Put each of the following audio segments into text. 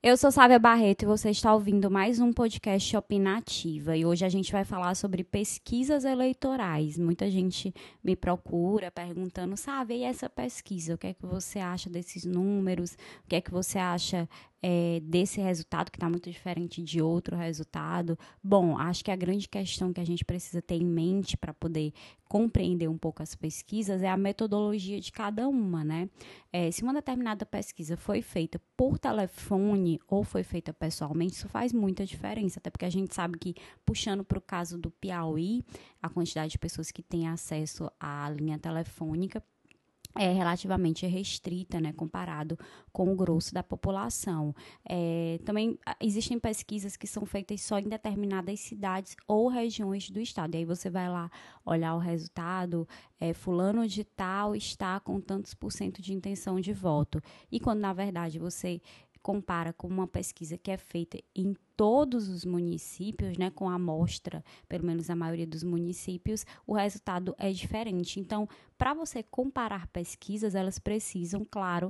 Eu sou Sávia Barreto e você está ouvindo mais um podcast Opinativa. E hoje a gente vai falar sobre pesquisas eleitorais. Muita gente me procura perguntando, Sávia, e essa pesquisa? O que é que você acha desses números? O que é que você acha desse resultado que está muito diferente de outro resultado? Bom, acho que a grande questão que a gente precisa ter em mente para poder compreender um pouco as pesquisas é a metodologia de cada uma, né? Se uma determinada pesquisa foi feita por telefone ou foi feita pessoalmente, isso faz muita diferença, até porque a gente sabe que, puxando para o caso do Piauí, a quantidade de pessoas que têm acesso à linha telefônica é relativamente restrita, né, comparado com o grosso da população. Também existem pesquisas que são feitas só em determinadas cidades ou regiões do estado. E aí você vai lá olhar o resultado, fulano de tal está com tantos por cento de intenção de voto. E quando, na verdade, você compara com uma pesquisa que é feita em todos os municípios, né, com a amostra, pelo menos a maioria dos municípios, o resultado é diferente. Então, para você comparar pesquisas, elas precisam, claro,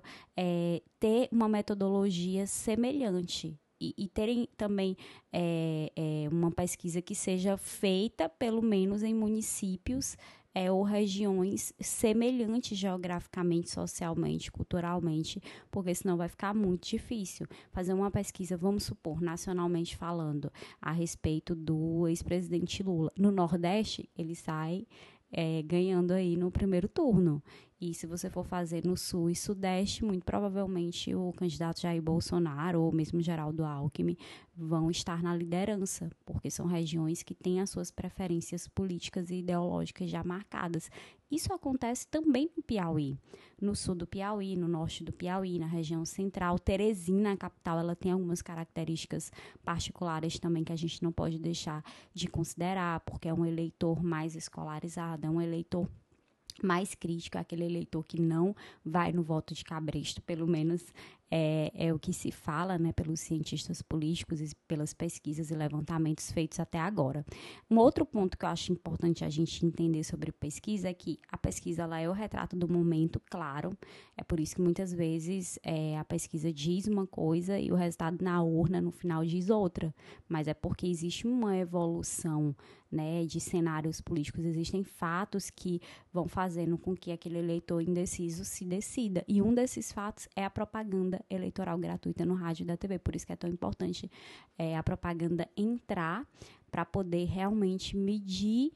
ter uma metodologia semelhante. E terem também uma pesquisa que seja feita, pelo menos, em municípios ou regiões semelhantes geograficamente, socialmente, culturalmente, porque senão vai ficar muito difícil fazer uma pesquisa, vamos supor, nacionalmente falando, a respeito do ex-presidente Lula. No Nordeste, ele sai ganhando aí no primeiro turno. E se você for fazer no Sul e Sudeste, muito provavelmente o candidato Jair Bolsonaro ou mesmo Geraldo Alckmin vão estar na liderança, porque são regiões que têm as suas preferências políticas e ideológicas já marcadas. Isso acontece também no Piauí, no sul do Piauí, no norte do Piauí, na região central. Teresina, a capital, ela tem algumas características particulares também que a gente não pode deixar de considerar, porque é um eleitor mais escolarizado, é um eleitor mais crítico, é aquele eleitor que não vai no voto de cabresto, pelo menos é o que se fala, né, pelos cientistas políticos e pelas pesquisas e levantamentos feitos até agora. Um outro ponto que eu acho importante a gente entender sobre pesquisa é que a pesquisa ela é o retrato do momento, claro, é por isso que muitas vezes a pesquisa diz uma coisa e o resultado na urna no final diz outra, mas é porque existe uma evolução, né, de cenários políticos, existem fatos que vão fazendo com que aquele eleitor indeciso se decida, e um desses fatos é a propaganda eleitoral gratuita no rádio e da TV, por isso que é tão importante a propaganda entrar para poder realmente medir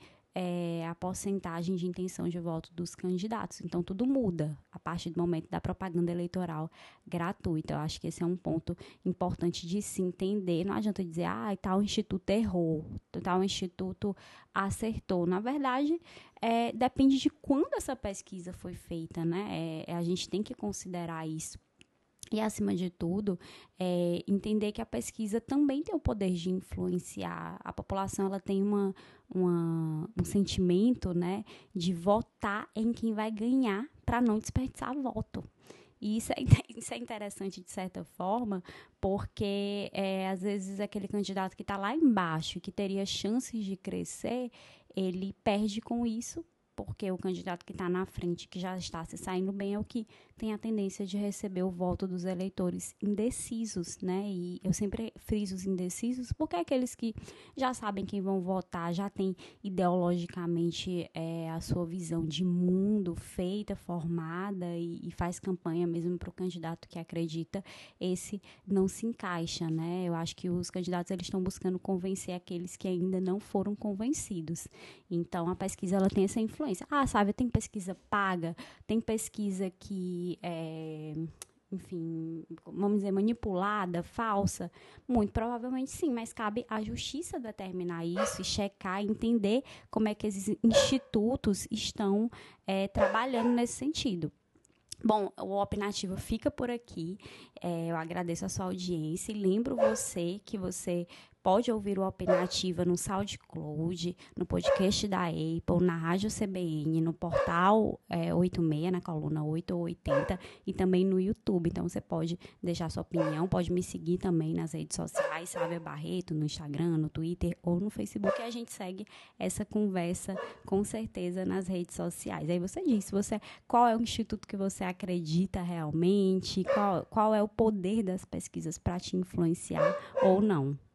a porcentagem de intenção de voto dos candidatos. Então, tudo muda a partir do momento da propaganda eleitoral gratuita. Eu acho que esse é um ponto importante de se entender. Não adianta dizer, tal instituto errou, tal instituto acertou. Na verdade, depende de quando essa pesquisa foi feita, né? A gente tem que considerar isso. E, acima de tudo, entender que a pesquisa também tem o poder de influenciar. A população ela tem um sentimento, né, de votar em quem vai ganhar para não desperdiçar voto. E isso é interessante, de certa forma, porque, às vezes, aquele candidato que está lá embaixo, que teria chances de crescer, ele perde com isso, porque o candidato que está na frente, que já está se saindo bem, é o que tem a tendência de receber o voto dos eleitores indecisos, né? E eu sempre friso os indecisos, porque é aqueles que já sabem quem vão votar, já têm ideologicamente a sua visão de mundo feita, formada e faz campanha mesmo para o candidato que acredita, esse não se encaixa, né? Eu acho que os candidatos eles estão buscando convencer aqueles que ainda não foram convencidos. Então, a pesquisa ela tem essa influência. Sabe, tem pesquisa paga, tem pesquisa que enfim, vamos dizer, manipulada, falsa? Muito provavelmente sim, mas cabe à justiça determinar isso e checar, entender como é que esses institutos estão trabalhando nesse sentido. Bom, o Opinativa fica por aqui. Eu agradeço a sua audiência e lembro você que você pode ouvir o Opinativa no SoundCloud, no podcast da Apple, na Rádio CBN, no portal 86, na coluna 8 ou 80, e também no YouTube. Então, você pode deixar sua opinião, pode me seguir também nas redes sociais, Sávia Barreto, no Instagram, no Twitter ou no Facebook, e a gente segue essa conversa, com certeza, nas redes sociais. Aí você diz, qual é o instituto que você acredita realmente, qual é o poder das pesquisas para te influenciar ou não.